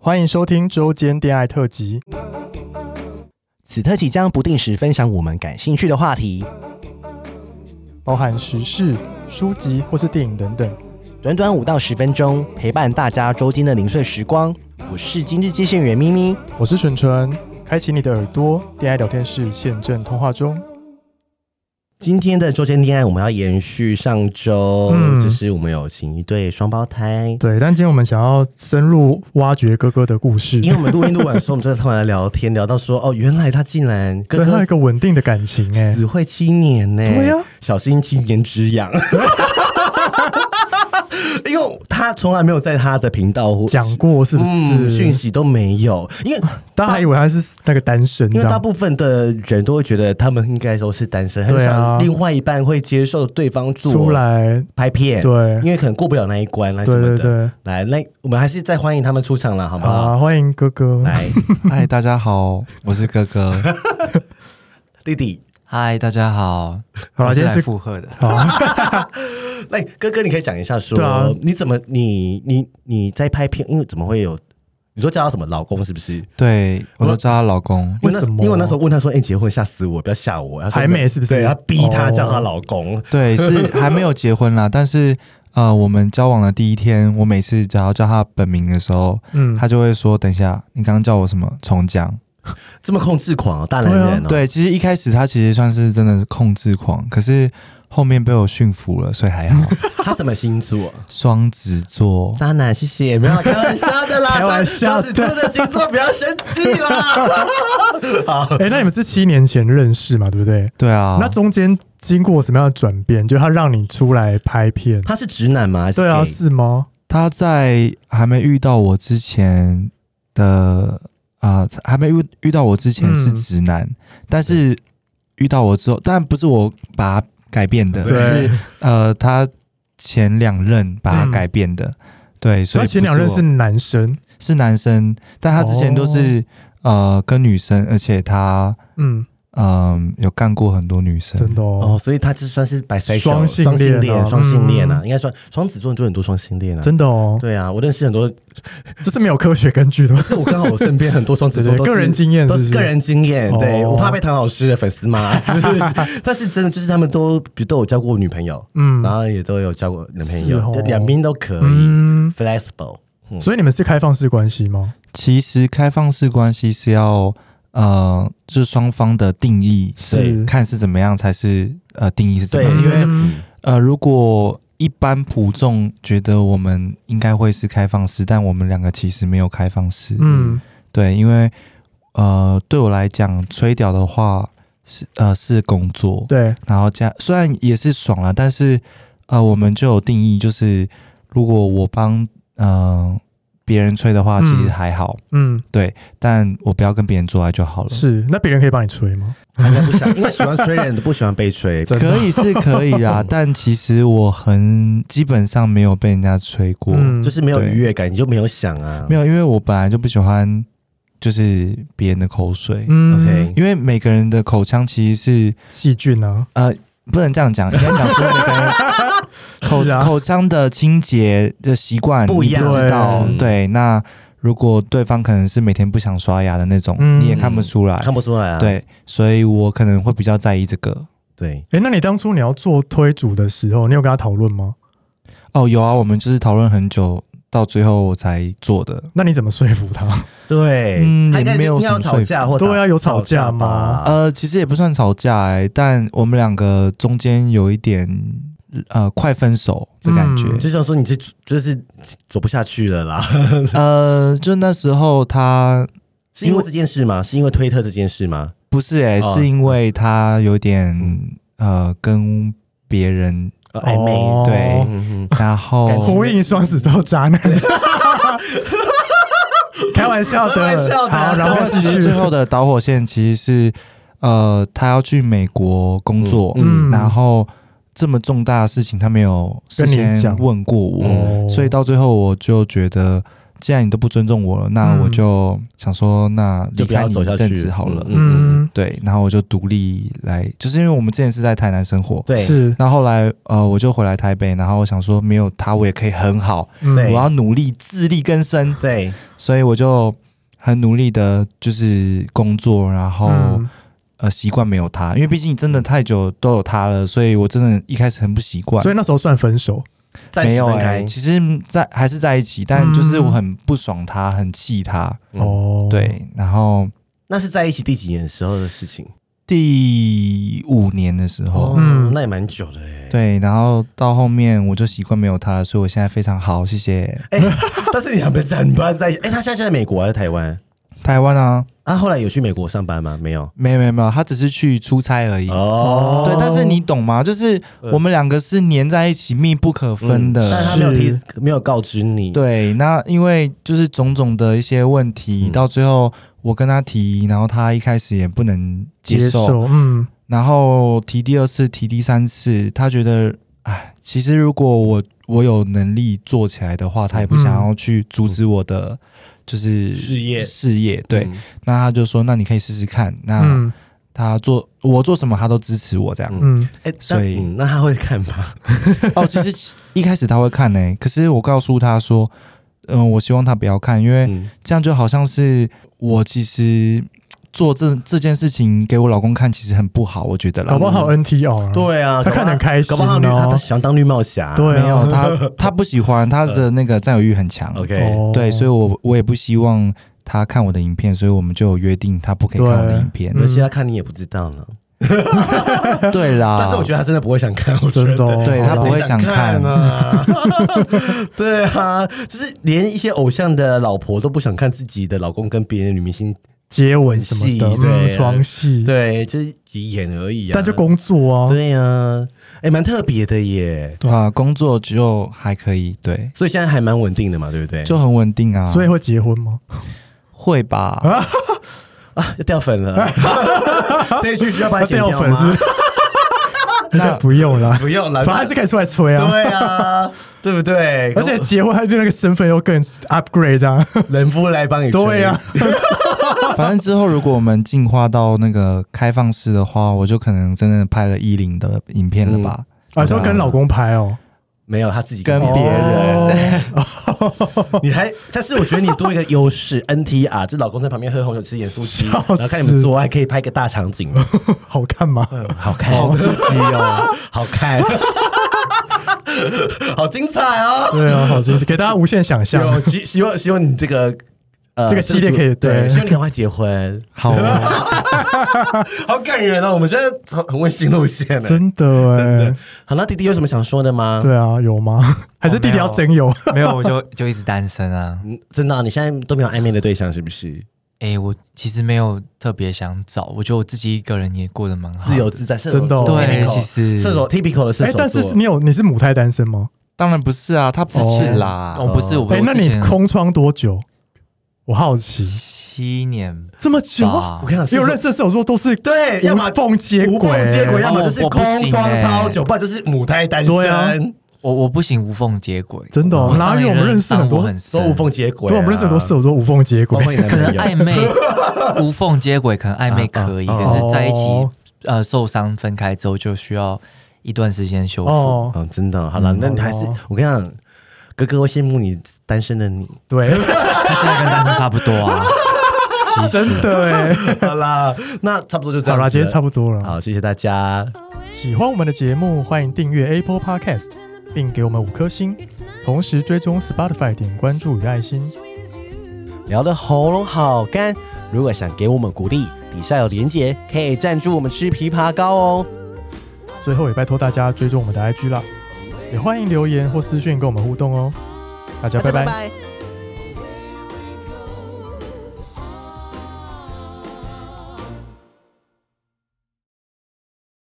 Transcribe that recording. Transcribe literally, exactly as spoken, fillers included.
欢迎收听周间恋爱特辑。 此特辑将不定时分享我们感兴趣的话题， 包含时事、书籍或是电影等等， 短短五到十分钟，陪伴大家周间的零碎时光。我是今日接线员咪咪， 我是纯纯，开启你的耳朵，恋爱聊天室现正通话中。 今天的周间恋爱，我们要延续上周，嗯，就是我们有请一对双胞胎， 对，但今天我们想要深入挖掘哥哥的故事， 因为我们录音录完的时候，我们真的突然来聊天，聊到说，哦，原来他竟然哥哥对他有一个稳定的感情，哎， 死会七年呢， 对呀、啊， 小心七年之痒。因为他从来没有在他的频道讲过，是不是？ 嗯、讯息都没有，因为大家还以为他是那个单身， 因为大部分的人都会觉得他们应该都是单身，很少另外一半会接受对方出来拍片， 对， 因为可能过不了那一关啦什么的。对对对，来，那我们还是再欢迎他们出场了，好不好？ 好，欢迎哥哥来， 嗨，大家好，我是哥哥， 弟弟。 嗨，大家好， 好， 我是来附和的。 来，哥哥，你可以讲一下说，啊、你怎么你你你在拍片，因为怎么会有？你说叫他什么老公是不是？ 对，我都叫他老公。 为什么？ 因为我那时候问他说：“哎、欸，结婚吓死我，不要吓我。” 还没是不是？ 对，他逼他叫他老公。 哦、对，是还没有结婚啦，但是呃，我们交往的第一天，我每次只要叫他本名的时候，嗯，他就会说：“等一下，你刚刚叫我什么？重讲。” 这么控制狂、哦，大男人、哦。 对，其实一开始他其实算是真的是控制狂，可是后面被我驯服了，所以还好。 他什么星座？ 双子座。 渣男，谢谢，没有开玩笑的啦， 开玩笑的。 双子座的星座不要生气啦。 好，哎、欸，那你们是七年前认识嘛？对不对？ 对啊。 那中间经过什么样的转变？就他让你出来拍片？ 他是直男吗？还是 gay？ 对啊，是吗？ 他在还没遇到我之前的。啊、呃，还没遇遇到我之前是直男，嗯、但是遇到我之后，当然不是我把他改变的，是呃他前两任把他改变的，嗯、对，所以他前两任是男生， 是男生，但他之前都是、哦、呃跟女生，而且他嗯。嗯，有干过很多女生， 真的 哦, 哦，所以他就算是双性恋， 双性恋啊，应该算双子座就很多双性恋啊， 真的哦， 对啊，我认识很多， 这是没有科学根据的， 不是我刚好我身边很多双子座都是个人经验， 都是个人经验，对、 哦、 我怕被唐老师的粉丝骂，但是真的就是他们都比如都有交过女朋友，嗯，然后也都有交过男朋友，两边、哦、都可以、嗯、，flexible、 嗯。所以你们是开放式关系吗？ 其实开放式关系是要。呃，就是双方的定义是看是怎么样才是呃定义是怎么样，因为、嗯、呃，如果一般普众觉得我们应该会是开放式，但我们两个其实没有开放式，嗯，对，因为呃，对我来讲，吹屌的话是呃是工作， 对， 然后加虽然也是爽啦，但是呃，我们就有定义，就是如果我帮呃。别人吹的话其实还好，嗯，对，但我不要跟别人做爱就好了。 是，那别人可以帮你吹吗？ 应该不想，因为喜欢吹人的不喜欢被吹， 可以是可以啊，但其实我很基本上没有被人家吹过， 嗯、就是没有愉悦感，你就没有想啊？ 没有，因为我本来就不喜欢就是别人的口水， 嗯 ，OK， 因为每个人的口腔其实是细菌啊， 呃，不能这样讲，应该讲说每个人。口口腔的清洁的习惯不一样， 你不知道 对, 对。那如果对方可能是每天不想刷牙的那种，嗯、你也看不出来， 看不出来啊。 对，所以我可能会比较在意这个。 对， 哎、欸，那你当初你要做推主的时候，你有跟他讨论吗？ 哦，有啊，我们就是讨论很久，到最后我才做的。 那你怎么说服他？ 对，嗯，他应该是应该有吵架或对啊，有吵架吗？ 呃，其实也不算吵架哎、欸，但我们两个中间有一点。呃，快分手的感觉， 嗯、就像说你这就是走不下去了啦。 呃，就那时候他是因为这件事吗？是因为推特这件事吗？ 不是哎、欸哦，是因为他有点、嗯、呃跟别人暧昧、 哦，对，嗯、然后呼应双子座渣男。开玩笑的， 开玩笑的。 好，然后其实最后的导火线其实是呃，他要去美国工作，嗯，然后。这么重大的事情他没有事先问过我，所以到最后我就觉得既然你都不尊重我了，那我就想说，那离开你一阵子好了。嗯，对，然后我就独立来，就是因为我们之前是在台南生活， 对， 是。 那后来呃，我就回来台北，然后我想说，没有他我也可以很好，嗯、我要努力自力更生。 对， 所以我就很努力的，就是工作，然后、嗯、呃习惯没有他，因为毕竟真的太久都有他了，所以我真的一开始很不习惯。 所以那时候算分手。 没有哎、欸，其实在还是在一起，但就是我很不爽他，很气他。哦、嗯，对，然后那是在一起第几年的时候的事情？ 第五年的时候， 嗯，那也蛮久的哎。 对，然后到后面我就习惯没有他了，所以我现在非常好，谢谢。 哎、欸，但是你还不是很不要在一起？哎、欸，他现在在美国还是台湾？ 台湾啊。 啊，后来有去美国上班吗？没有， 没有，没有，没有，他只是去出差而已。哦，对，但是你懂吗？就是我们两个是黏在一起、密不可分的。 嗯、但他没有提，没有告知你。 对，那因为就是种种的一些问题，嗯、到最后我跟他提，然后他一开始也不能接受，接受嗯，然后提第二次、提第三次，他觉得，哎，其实如果我我有能力做起来的话，他也不想要去阻止我的。嗯就是事业， 事业对、嗯，那他就说，那你可以试试看。那他做我做什么，他都支持我这样。嗯， 哎、欸，所以、嗯、那他会看吗？ 哦，其实一开始他会看呢、欸，可是我告诉他说，嗯、呃，我希望他不要看，因为这样就好像是我其实做这这件事情给我老公看，其实很不好，我觉得啦。 搞不好 N T R、啊、 对啊， 他看得很开心、哦， 搞不好他想当绿帽侠， 对、啊， 没有他他不喜欢，他的那个占有欲很强。 OK， 对，所以我我也不希望他看我的影片，所以我们就有约定，他不可以看我的影片。 而且他看你也不知道呢。 对啦， 但是我觉得他真的不会想看，我真的、哦， 对他不会想看啊。对啊，就是连一些偶像的老婆都不想看自己的老公跟别的女明星接吻什么的，对，床戏， 对，就是演而已啊。 但就工作啊， 对啊，哎、欸，蛮特别的耶。 对啊，工作就还可以，对， 所以现在还蛮稳定的嘛，对不对？ 就很稳定啊。 所以会结婚吗？ 会吧。 啊，啊要掉粉了，这一句需要把它剪掉吗？ 那不用了， 不用了， 反正还是可以出来吹啊。 对啊，对不对？ 而且结婚，他的那个身份又更 upgrade 啊， 人夫来帮你吹。 对啊， 反正之后如果我们进化到那个开放式的话，我就可能真的拍了一零的影片了吧？ 嗯、啊，说跟老公拍哦。 没有，他自己跟别人， 哦、你还，但是我觉得你多一个优势 ，N T R， 这老公在旁边喝红酒吃盐酥鸡，然后看你们做爱，可以拍个大场景， 好看吗？ 好看， 好刺激哦， 好看，好精彩哦！ 对啊，好精彩，给大家无限想象。 希希望希望你这个。 呃、这个系列可以 对, 对，希望你赶快结婚， 好、啊， 好感人哦！我们现在很温馨路线， 真的， 真的。好，那弟弟有什么想说的吗？ 对啊，有吗？还是弟弟要真有？ 哦、没, 有没有，我就就一直单身啊。 嗯、真的、啊，你现在都没有暧昧的对象是不是？ 哎、欸，我其实没有特别想找，我觉得我自己一个人也过得蛮好， 自由自在， 真的、哦。 对，其实射手 typical 的射手座。 哎、欸，但是你有你是母胎单身吗？ 当然不是啊，他不是啦， 我、哦哦、不是。我哎、欸，那你空窗多久？我好奇， 七年这么久， 我跟你讲， 因为我认识的射手座都是对， 要么缝接轨， 无缝接轨，要么就是空窗超久， 哦、 不然就是母胎单身。 对啊， 我我不行无缝接轨， 真的、哦。哪有我们认识很多都无缝接轨、啊？ 对，我们认识很多射手座无缝接轨， 可能暧昧无缝接轨，可能暧昧可以，啊、可是在一起、哦、呃受伤分开之后，就需要一段时间修复。 哦，哦真的，好了、嗯，那你还是、哦、我跟你讲。哥哥会羡慕你单身的你， 对， 他现在跟单身差不多啊， 真的哎。 好啦，那差不多就这样子了。 好啦，今天差不多了。 好，谢谢大家。 喜欢我们的节目，欢迎订阅 Apple Podcast， 并给我们五颗星，同时追踪 Spotify 点关注与爱心。 聊得喉咙好干，如果想给我们鼓励，底下有连结，可以赞助我们吃枇杷膏哦。 最后也拜托大家追踪我们的 I G 啦。也欢迎留言或私讯跟我们互动哦，大家拜拜。 拜拜。